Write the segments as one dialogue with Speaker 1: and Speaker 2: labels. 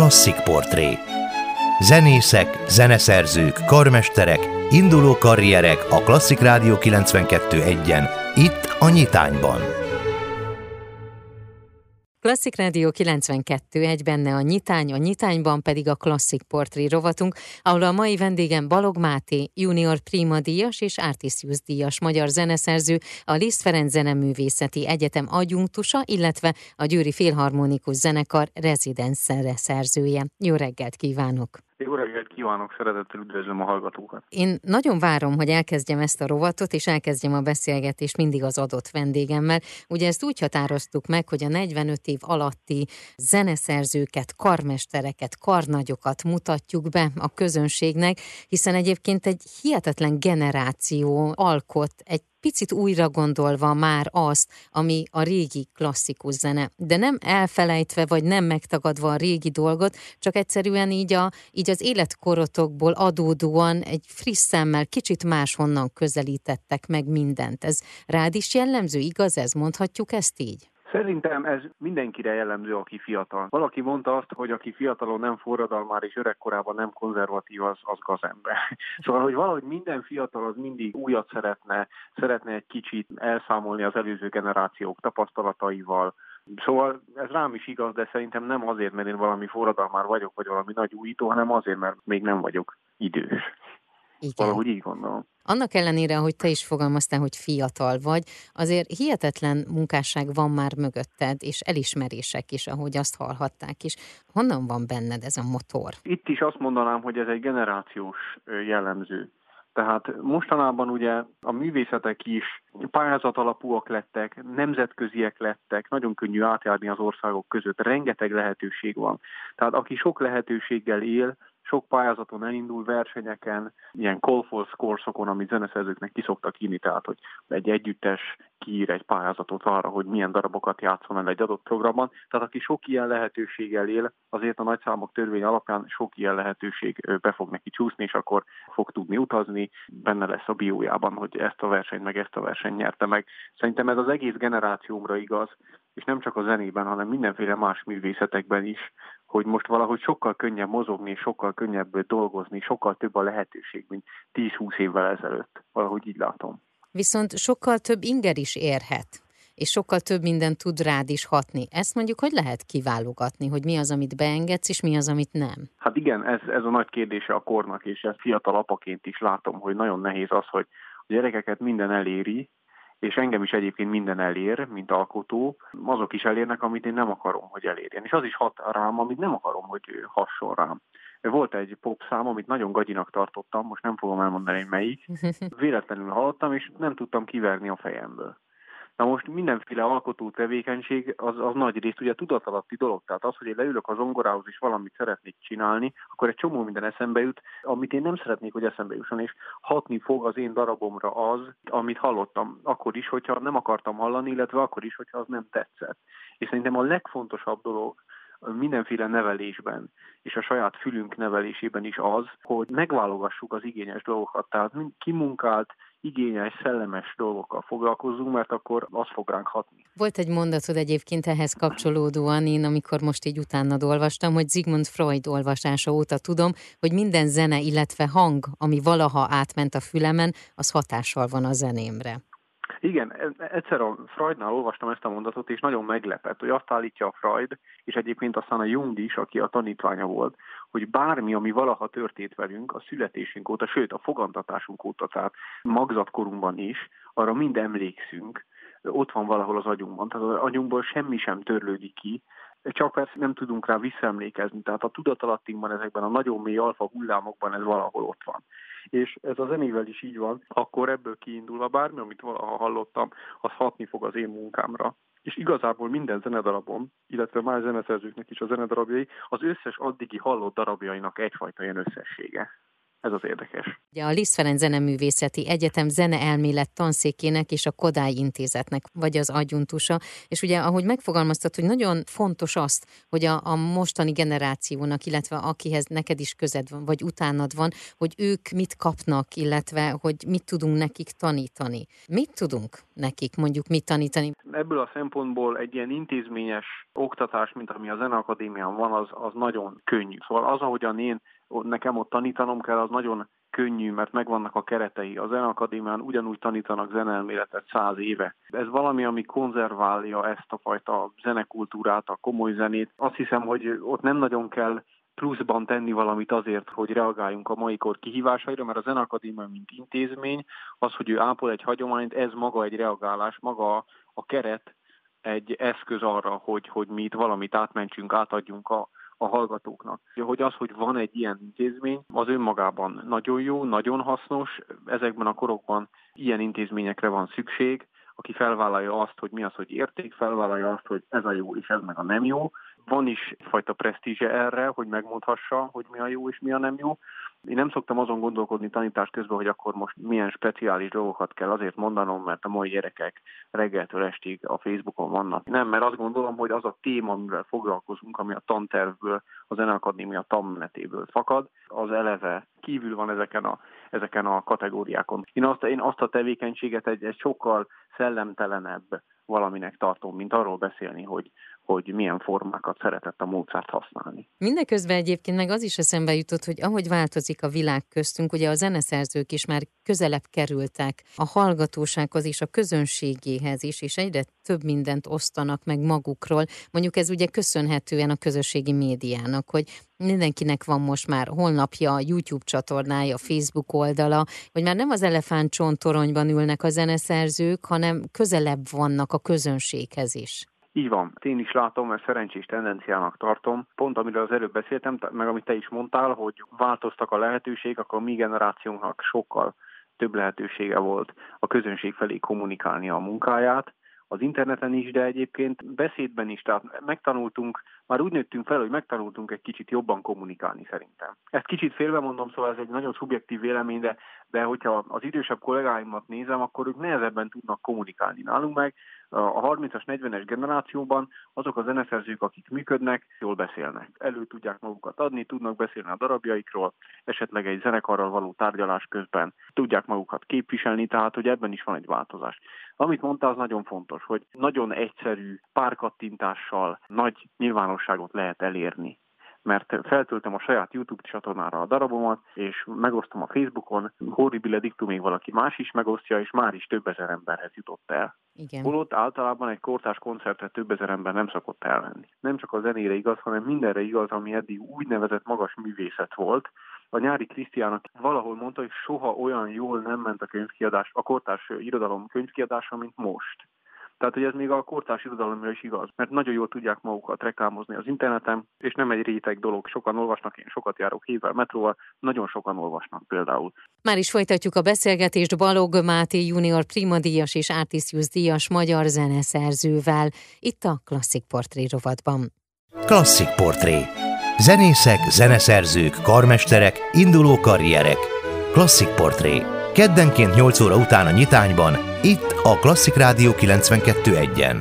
Speaker 1: Klasszik Portré. Zenészek, zeneszerzők, karmesterek, induló karrierek a Klasszik Rádió 92.1-en, itt a Nyitányban.
Speaker 2: Klasszik Rádió 92.1, benne a Nyitány, a Nyitányban pedig a Klasszik Portré rovatunk, ahol a mai vendégem Balogh Máté, junior Prima díjas és Artisius díjas magyar zeneszerző, a Liszt Ferenc Zeneművészeti Egyetem adjunktusa, illetve a Győri Filharmonikus Zenekar rezidens zeneszerzője. Jó reggelt kívánok!
Speaker 3: Jó reggelt kívánok, szeretettel üdvözlöm a hallgatókat.
Speaker 2: Én nagyon várom, hogy elkezdjem ezt a rovatot, és elkezdjem a beszélgetést mindig az adott vendégemmel. Ugye ezt úgy határoztuk meg, hogy a 45 év alatti zeneszerzőket, karmestereket, karnagyokat mutatjuk be a közönségnek, hiszen egyébként egy hihetetlen generáció alkot, egy picit újra gondolva már azt, ami a régi klasszikus zene. De nem elfelejtve, vagy nem megtagadva a régi dolgot, csak egyszerűen így az életkorotokból adódóan egy friss szemmel kicsit máshonnan közelítettek meg mindent. Ez rád is jellemző, igaz ez? Mondhatjuk ezt így?
Speaker 3: Szerintem ez mindenkire jellemző, aki fiatal. Valaki mondta azt, hogy aki fiatalon nem forradalmár és öregkorában nem konzervatív, az gazember. Szóval, hogy valahogy minden fiatal az mindig újat szeretne egy kicsit elszámolni az előző generációk tapasztalataival. Szóval ez rám is igaz, de szerintem nem azért, mert én valami forradalmár vagyok, vagy valami nagy újító, hanem azért, mert még nem vagyok idős.
Speaker 2: Igen.
Speaker 3: Valahogy így gondolom.
Speaker 2: Annak ellenére, hogy te is fogalmaztál, hogy fiatal vagy, azért hihetetlen munkásság van már mögötted, és elismerések is, ahogy azt hallhatták is. Honnan van benned ez a motor?
Speaker 3: Itt is azt mondanám, hogy ez egy generációs jellemző. Tehát mostanában ugye a művészetek is pályázat alapúak lettek, nemzetköziek lettek, nagyon könnyű átjárni az országok között, rengeteg lehetőség van. Tehát aki sok lehetőséggel él, sok pályázaton elindul, versenyeken, ilyen call for scoresokon, amit zeneszerzőknek ki szoktak írni, tehát hogy egy együttes kiír egy pályázatot arra, hogy milyen darabokat játszon el egy adott programban. Tehát aki sok ilyen lehetőséggel él, azért a nagyszámok törvény alapján sok ilyen lehetőség be fog neki csúszni, és akkor fog tudni utazni, benne lesz a biójában, hogy ezt a versenyt meg ezt a versenyt nyerte meg. Szerintem ez az egész generációmra igaz, és nem csak a zenében, hanem mindenféle más művészetekben is, hogy most valahogy sokkal könnyebb mozogni, sokkal könnyebb dolgozni, sokkal több a lehetőség, mint 10-20 évvel ezelőtt. Valahogy így látom.
Speaker 2: Viszont sokkal több inger is érhet, és sokkal több minden tud rád is hatni. Ezt mondjuk, hogy lehet kiválogatni, hogy mi az, amit beengedsz, és mi az, amit nem?
Speaker 3: Hát igen, ez a nagy kérdése a kornak, és ezt fiatal apaként is látom, hogy nagyon nehéz az, hogy a gyerekeket minden eléri, és engem is egyébként minden elér, mint alkotó, azok is elérnek, amit én nem akarom, hogy elérjen. És az is hat rám, amit nem akarom, hogy hasson rám. Volt egy popszám, amit nagyon gagyinak tartottam, most nem fogom elmondani, hogy melyik. Véletlenül hallottam, és nem tudtam kiverni a fejemből. Na most mindenféle alkotó tevékenység az nagy részt ugye tudatalatti dolog. Tehát az, hogy én leülök az zongorához és valamit szeretnék csinálni, akkor egy csomó minden eszembe jut, amit én nem szeretnék, hogy eszembe jusson, és hatni fog az én darabomra az, amit hallottam. Akkor is, hogyha nem akartam hallani, illetve akkor is, hogyha az nem tetszett. És szerintem a legfontosabb dolog mindenféle nevelésben, és a saját fülünk nevelésében is az, hogy megválogassuk az igényes dolgokat. Tehát kimunkált, igényes, szellemes dolgokkal foglalkozzunk, mert akkor az fog ránk hatni.
Speaker 2: Volt egy mondatod egyébként ehhez kapcsolódóan, én amikor most így utánad olvastam, hogy Sigmund Freud olvasása óta tudom, hogy minden zene, illetve hang, ami valaha átment a fülemen, az hatással van a zenémre.
Speaker 3: Igen, egyszer a Freudnál olvastam ezt a mondatot, és nagyon meglepett, hogy azt állítja a Freud, és egyébként aztán a Jung is, aki a tanítványa volt, hogy bármi, ami valaha történt velünk a születésünk óta, sőt a fogantatásunk óta, tehát magzatkorunkban is, arra mind emlékszünk, ott van valahol az agyunkban, tehát az agyunkból semmi sem törlődik ki, csak persze nem tudunk rá visszaemlékezni, tehát a tudatalattinkban, ezekben a nagyon mély alfa hullámokban ez valahol ott van. És ez a zenével is így van, akkor ebből kiindulva bármi, amit valaha hallottam, az hatni fog az én munkámra. És igazából minden zenedarabom, illetve más zeneszerzőknek is a zenedarabjai, az összes addigi hallott darabjainak egyfajta ilyen összessége. Ez az érdekes.
Speaker 2: Ugye a Liszt Ferenc Zeneművészeti Egyetem zeneelmélet tanszékének és a Kodály Intézetnek vagy az adjunktusa, és ugye ahogy megfogalmaztad, hogy nagyon fontos azt, hogy a mostani generációnak, illetve akihez neked is közed van, vagy utánad van, hogy ők mit kapnak, illetve hogy mit tudunk nekik tanítani. Mit tudunk nekik mondjuk mit tanítani?
Speaker 3: Ebből a szempontból egy ilyen intézményes oktatás, mint ami a Zeneakadémián van, az nagyon könnyű. Szóval az, ahogyan nekem ott tanítanom kell, az nagyon könnyű, mert megvannak a keretei. A Zeneakadémián ugyanúgy tanítanak zeneelméletet 100 éve. Ez valami, ami konzerválja ezt a fajta zenekultúrát, a komoly zenét. Azt hiszem, hogy ott nem nagyon kell pluszban tenni valamit azért, hogy reagáljunk a mai kor kihívásaira, mert a Zeneakadémia, mint intézmény, az, hogy ő ápol egy hagyományt, ez maga egy reagálás, maga a keret egy eszköz arra, hogy mi itt valamit átmentsünk, átadjunk a hallgatóknak. Hogy az, hogy van egy ilyen intézmény, az önmagában nagyon jó, nagyon hasznos, ezekben a korokban ilyen intézményekre van szükség, aki felvállalja azt, hogy mi az, hogy érték, felvállalja azt, hogy ez a jó és ez meg a nem jó. Van is egyfajta presztízse erre, hogy megmondhassa, hogy mi a jó és mi a nem jó. Én nem szoktam azon gondolkodni tanítás közben, hogy akkor most milyen speciális dolgokat kell azért mondanom, mert a mai gyerekek reggeltől estig a Facebookon vannak. Nem, mert azt gondolom, hogy az a téma, amivel foglalkozunk, ami a tantervből, a Zeneakadémia tanmenetéből fakad, az eleve kívül van ezeken a kategóriákon. Én azt a tevékenységet egy sokkal szellemtelenebb valaminek tartom, mint arról beszélni, hogy milyen formákat szeretett a Mozart használni.
Speaker 2: Mindeközben egyébként meg az is eszembe jutott, hogy ahogy változik a világ köztünk, ugye a zeneszerzők is már közelebb kerültek a hallgatósághoz és a közönségéhez is, és egyre több mindent osztanak meg magukról. Mondjuk ez ugye köszönhetően a közösségi médiának, hogy mindenkinek van most már honlapja, YouTube csatornája, Facebook oldala, hogy már nem az elefántcsontoronyban ülnek a zeneszerzők, hanem közelebb vannak a közönséghez is.
Speaker 3: Így van. Én is látom, mert szerencsés tendenciának tartom. Pont amiről az előbb beszéltem, meg amit te is mondtál, hogy változtak a lehetőségek, akkor a mi generációnknak sokkal több lehetősége volt a közönség felé kommunikálni a munkáját. Az interneten is, de egyébként beszédben is. Tehát megtanultunk, már úgy nőttünk fel, hogy megtanultunk egy kicsit jobban kommunikálni szerintem. Ezt kicsit félve mondom, szóval ez egy nagyon szubjektív vélemény, de hogyha az idősebb kollégáimat nézem, akkor ők nehezebben tudnak kommunikálni nálunk meg. A 30-as, 40-es generációban azok a zeneszerzők, akik működnek, jól beszélnek. Elő tudják magukat adni, tudnak beszélni a darabjaikról, esetleg egy zenekarral való tárgyalás közben tudják magukat képviselni, tehát hogy ebben is van egy változás. Amit mondta, az nagyon fontos, hogy nagyon egyszerű párkattintással nagy nyilvánosságot lehet elérni. Mert feltöltöm a saját YouTube csatornára a darabomat, és megosztom a Facebookon, horribile dictu még valaki más is megosztja, és már is több ezer emberhez jutott el.
Speaker 2: Igen.
Speaker 3: Holott általában egy kortárs koncertre több ezer ember nem szokott elmenni. Nem csak a zenére igaz, hanem mindenre igaz, ami eddig úgynevezett magas művészet volt. A Nyári Krisztiának valahol mondta, hogy soha olyan jól nem ment a könyvkiadás, a kortárs irodalom könyvkiadása, mint most. Tehát, hogy ez még a kortárs irodalomra is igaz, mert nagyon jól tudják magukat reklámozni az interneten, és nem egy réteg dolog. Sokan olvasnak, én sokat járok hévvel, metróval, nagyon sokan olvasnak például.
Speaker 2: Már is folytatjuk a beszélgetést Balogh Máté junior primadíjas és Artisius díjas magyar zeneszerzővel, itt a Klasszik Portré rovatban.
Speaker 1: Klasszik Portré. Zenészek, zeneszerzők, karmesterek, induló karrierek. Klasszik Portré. Keddenként 8 óra után a Nyitányban, itt a Klasszik Rádió 92.1-en.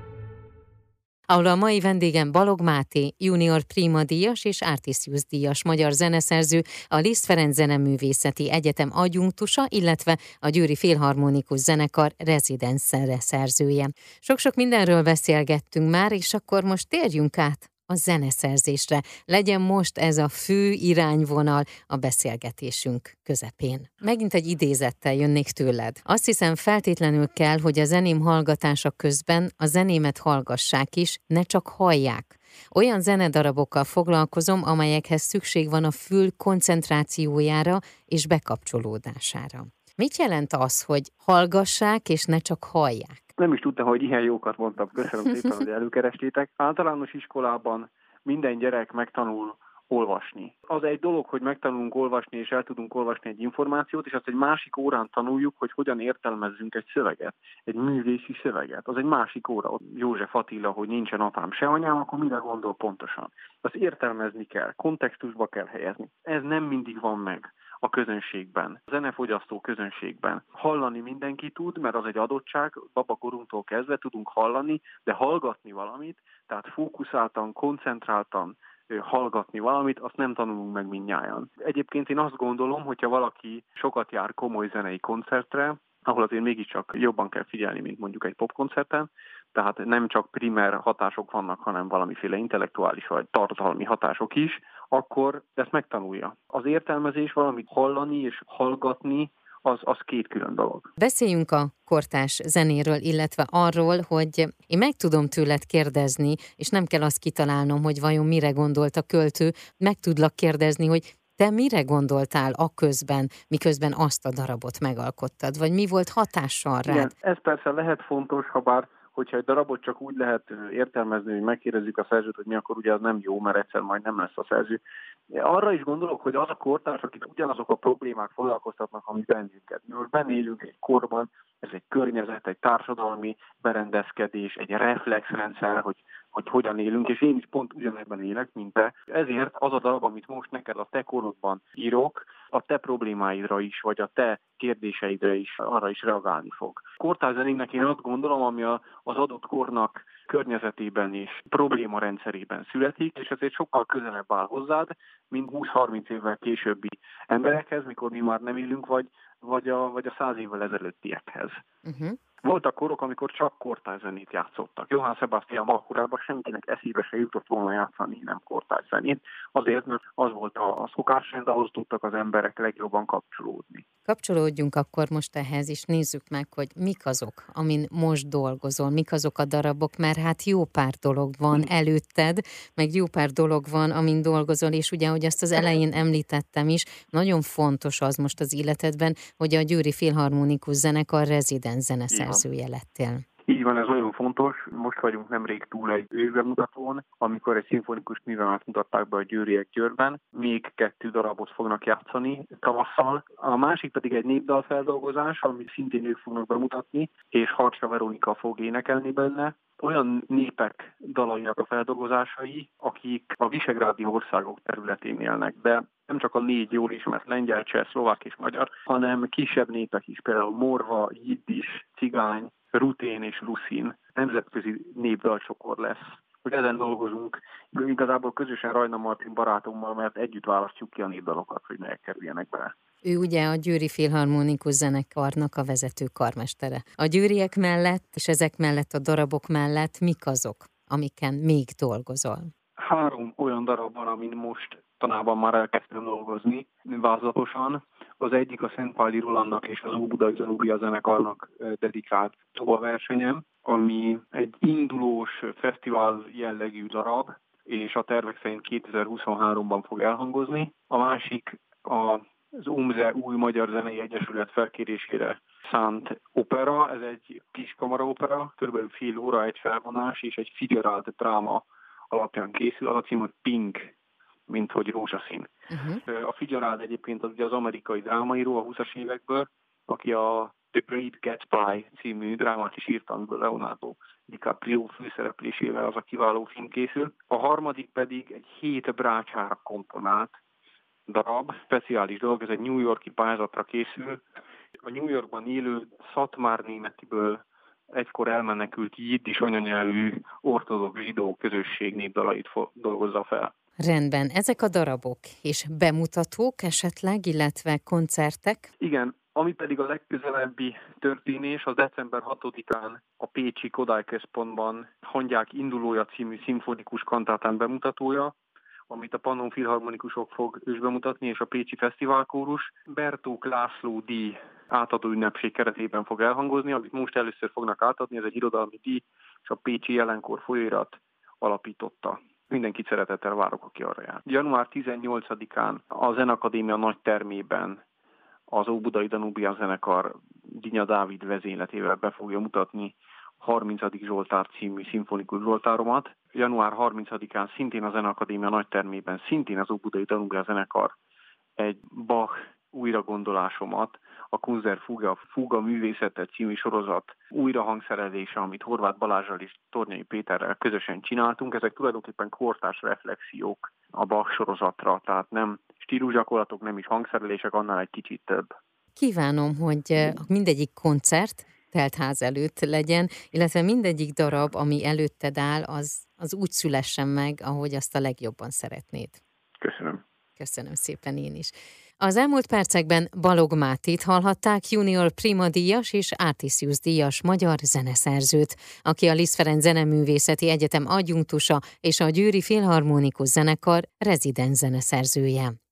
Speaker 2: Ahol a mai vendégem Balogh Máté, junior primadíjas és Artisius díjas magyar zeneszerző, a Liszt Ferenc Zeneművészeti Egyetem adjunktusa, illetve a Győri Filharmonikus Zenekar rezidens zeneszerzője. Sok-sok mindenről beszélgettünk már, és akkor most térjünk át a zeneszerzésre. Legyen most ez a fő irányvonal a beszélgetésünk közepén. Megint egy idézettel jönnék tőled. Azt hiszem feltétlenül kell, hogy a zeném hallgatása közben a zenémet hallgassák is, ne csak hallják. Olyan zenedarabokkal foglalkozom, amelyekhez szükség van a fül koncentrációjára és bekapcsolódására. Mit jelent az, hogy hallgassák és ne csak hallják?
Speaker 3: Nem is tudtam, hogy ilyen jókat mondtam. Köszönöm szépen, hogy előkerestétek. Általános iskolában minden gyerek megtanul olvasni. Az egy dolog, hogy megtanulunk olvasni, és el tudunk olvasni egy információt, és azt egy másik órán tanuljuk, hogy hogyan értelmezzünk egy szöveget, egy művészi szöveget. Az egy másik óra. József Attila, hogy nincsen apám se anyám, akkor mire gondol pontosan? Azt értelmezni kell, kontextusba kell helyezni. Ez nem mindig van meg a közönségben, a zenefogyasztó közönségben. Hallani mindenki tud, mert az egy adottság, babakorunktól kezdve tudunk hallani, de hallgatni valamit, tehát fókuszáltan, koncentráltan hallgatni valamit, azt nem tanulunk meg mindnyájan. Egyébként én azt gondolom, hogyha valaki sokat jár komoly zenei koncertre, ahol azért mégiscsak jobban kell figyelni, mint mondjuk egy popkoncerten, tehát nem csak primer hatások vannak, hanem valamiféle intellektuális vagy tartalmi hatások is, akkor ezt megtanulja. Az értelmezés, valamit hallani és hallgatni, az két külön dolog.
Speaker 2: Beszéljünk a kortárs zenéről, illetve arról, hogy én meg tudom tőled kérdezni, és nem kell azt kitalálnom, hogy vajon mire gondolt a költő, meg tudlak kérdezni, hogy te mire gondoltál aközben, miközben azt a darabot megalkottad, vagy mi volt hatással rád?
Speaker 3: Igen, ez persze lehet fontos, habár hogyha egy darabot csak úgy lehet értelmezni, hogy megkérdezzük a szerzőt, hogy mi, akkor ugye az nem jó, mert egyszer majd nem lesz a szerző. Arra is gondolok, hogy az a kortárs, akik ugyanazok a problémák foglalkoztatnak, ami bennünket. Mi most benne élünk egy korban, ez egy környezet, egy társadalmi berendezkedés, egy reflexrendszer, hogy hogyan élünk, és én is pont ugyanebben élek, mint te. Ezért az a darab, amit most neked a te korodban írok, a te problémáidra is, vagy a te kérdéseidre is, arra is reagálni fog. Kortárs zenének én azt gondolom, ami az adott kornak környezetében és problémarendszerében születik, és ezért sokkal közelebb áll hozzád, mint 20-30 évvel későbbi emberekhez, mikor mi már nem élünk, vagy a 100 évvel ezelőttiekhez. Voltak korok, amikor csak kortárs zenét játszottak. Johann Sebastian Bach korában senkinek eszébe se jutott volna játszani nem kortárs zenét, azért, mert az volt a szokásrend, ahhoz tudtak az emberek legjobban kapcsolódni.
Speaker 2: Kapcsolódjunk akkor most ehhez, és nézzük meg, hogy mik azok, amin most dolgozol, mik azok a darabok, mert hát jó pár dolog van előtted, meg jó pár dolog van, amin dolgozol, és ugye, ahogy azt az elején említettem is, nagyon fontos az most az életedben, hogy a Győri Filharmonikus Zenekar rezidens zeneszerzője lettél.
Speaker 3: Így van, ez nagyon fontos. Most vagyunk nemrég túl egy ősbemutatón, amikor egy szimfonikus művemet mutatták be a győriek Győrben. Még 2 darabot fognak játszani tavasszal. A másik pedig egy népdalfeldolgozás, amit szintén ők fognak bemutatni, és Harcsa Veronika fog énekelni benne. Olyan népek dalainak a feldolgozásai, akik a visegrádi országok területén élnek, de nem csak a 4 jól ismert lengyel, cseh, szlovák és magyar, hanem kisebb népek is, például morva, jiddis, cigány, rutén és ruszin. Nemzetközi népdalcsokor lesz. Hogy ezen dolgozunk, igazából közösen Rajna Martin barátommal, mert együtt választjuk ki a népdalokat, hogy melyek kerüljenek bele.
Speaker 2: Ő ugye a Győri Filharmonikus Zenekarnak a vezető karmestere. A győriek mellett, és ezek mellett a darabok mellett mik azok, amiken még dolgozol? 3
Speaker 3: olyan darab van, amin most tanában már elkezdtem dolgozni, vázlatosan. Az egyik a Szentpáli Rolandnak és az Óbudai Danubia Zenekarnak dedikált tovaversenyem, ami egy indulós fesztivál jellegű darab, és a tervek szerint 2023-ban fog elhangozni. A másik az UMZE Új Magyar Zenei Egyesület felkérésére szánt opera, ez egy kis kamaraopera, kb. fél óra egy felvonás, és egy figurált dráma alapján készül, az a cím, hogy Pink, mint hogy rózsaszín. A Fitzgerald egyébként az amerikai drámaíró a 20-as évekből, aki a The Great Gatsby című drámát is írta, amiből Leonardo DiCaprio főszereplésével az a kiváló film készül. A harmadik pedig egy 7 brácsára komponált darab, speciális dolog, ez egy New York-i pályázatra készül. A New Yorkban élő szatmár németiből egykor elmenekült jiddis anyanyelvű ortodox zsidó közösség népdalait dolgozza fel. Rendben, ezek a darabok és bemutatók esetleg, illetve koncertek? Igen, ami pedig a legközelebbi történés, az december 6-án a pécsi Kodály Központban Hangyák indulója című szimfonikus kantátán bemutatója, amit a Pannon Filharmonikusok fog bemutatni, és a Pécsi Fesztiválkórus. Bertók László díj átadó ünnepség keretében fog elhangozni, amit most először fognak átadni, ez egy irodalmi díj, és a Pécsi Jelenkor folyóirat alapította. Mindenkit szeretettel várok, aki arra jár. Január 18-án a Zenakadémia nagy termében az Óbudai Danubia Zenekar Dinya Dávid vezényletével be fogja mutatni 30. Zsoltár című szimfonikus zsoltáromat. Január 30-án szintén a Zenakadémia nagy termében, szintén az Óbudai Danubia Zenekar egy Bach újragondolásomat, a Kunzer Fuga művészete című sorozat újrahangszerelése, amit Horváth Balázsral és Tornyai Péterrel közösen csináltunk. Ezek tulajdonképpen kortárs reflexiók a Bach sorozatra, tehát nem stílusgyakorlatok, nem is hangszerelések, annál egy kicsit több.
Speaker 2: Kívánom, hogy mindegyik koncert teltház előtt legyen, illetve mindegyik darab, ami előtted áll, az úgy szülessen meg, ahogy azt a legjobban szeretnéd.
Speaker 3: Köszönöm.
Speaker 2: Köszönöm szépen én is. Az elmúlt percekben Balogh Mátit hallhatták, Junior Prima díjas és Artisius díjas magyar zeneszerzőt, aki a Liszt Ferenc Zeneművészeti Egyetem adjunktusa és a Győri Filharmonikus Zenekar rezidens zeneszerzője.